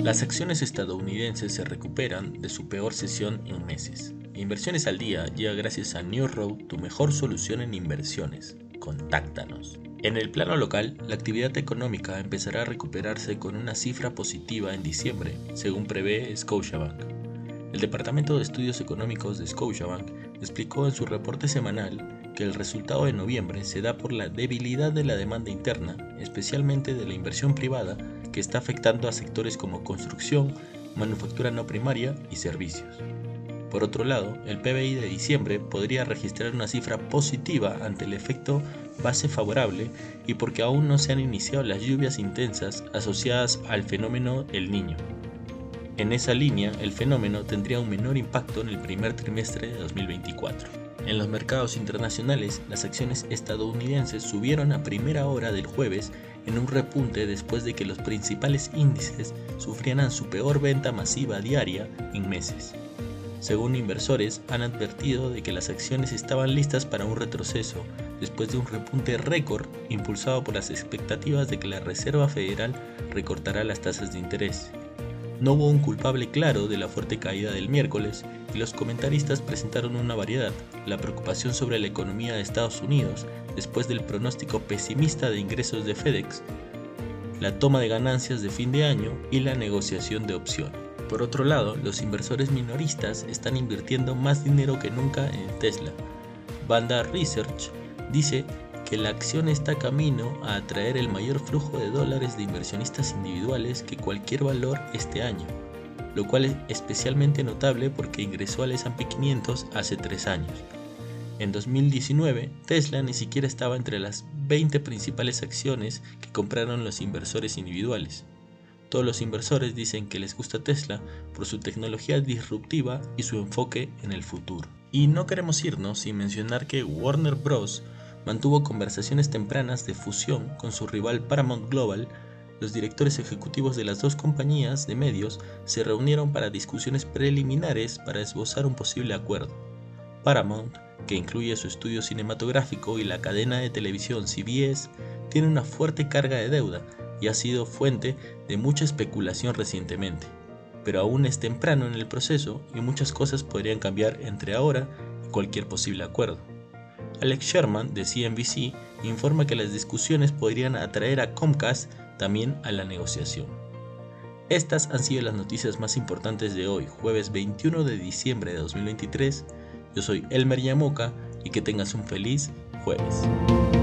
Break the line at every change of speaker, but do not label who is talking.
Las acciones estadounidenses se recuperan de su peor sesión en meses. Inversiones al día llega gracias a New Road, tu mejor solución en inversiones. Contáctanos. En el plano local, la actividad económica empezará a recuperarse con una cifra positiva en diciembre, según prevé Scotiabank. El Departamento de Estudios Económicos de Scotiabank explicó en su reporte semanal que el resultado de noviembre se da por la debilidad de la demanda interna, especialmente de la inversión privada, que está afectando a sectores como construcción, manufactura no primaria y servicios. Por otro lado, el PBI de diciembre podría registrar una cifra positiva ante el efecto base favorable y porque aún no se han iniciado las lluvias intensas asociadas al fenómeno El Niño. En esa línea, el fenómeno tendría un menor impacto en el primer trimestre de 2024. En los mercados internacionales, las acciones estadounidenses subieron a primera hora del jueves en un repunte después de que los principales índices sufrieran su peor venta masiva diaria en meses. Según inversores, han advertido de que las acciones estaban listas para un retroceso después de un repunte récord impulsado por las expectativas de que la Reserva Federal recortará las tasas de interés. No hubo un culpable claro de la fuerte caída del miércoles y los comentaristas presentaron una variedad: la preocupación sobre la economía de Estados Unidos después del pronóstico pesimista de ingresos de FedEx, la toma de ganancias de fin de año y la negociación de opciones. Por otro lado, los inversores minoristas están invirtiendo más dinero que nunca en Tesla. Vanguard Research dice que la acción está camino a atraer el mayor flujo de dólares de inversionistas individuales que cualquier valor este año, lo cual es especialmente notable porque ingresó al S&P 500 hace 3 años. En 2019, Tesla ni siquiera estaba entre las 20 principales acciones que compraron los inversores individuales. Todos los inversores dicen que les gusta Tesla por su tecnología disruptiva y su enfoque en el futuro. Y no queremos irnos sin mencionar que Warner Bros. Mantuvo conversaciones tempranas de fusión con su rival Paramount Global. Los directores ejecutivos de las dos compañías de medios se reunieron para discusiones preliminares para esbozar un posible acuerdo. Paramount, que incluye su estudio cinematográfico y la cadena de televisión CBS, tiene una fuerte carga de deuda y ha sido fuente de mucha especulación recientemente. Pero aún es temprano en el proceso y muchas cosas podrían cambiar entre ahora y cualquier posible acuerdo. Alex Sherman de CNBC informa que las discusiones podrían atraer a Comcast también a la negociación. Estas han sido las noticias más importantes de hoy, jueves 21 de diciembre de 2023. Yo soy Elmer Yamoca y que tengas un feliz jueves.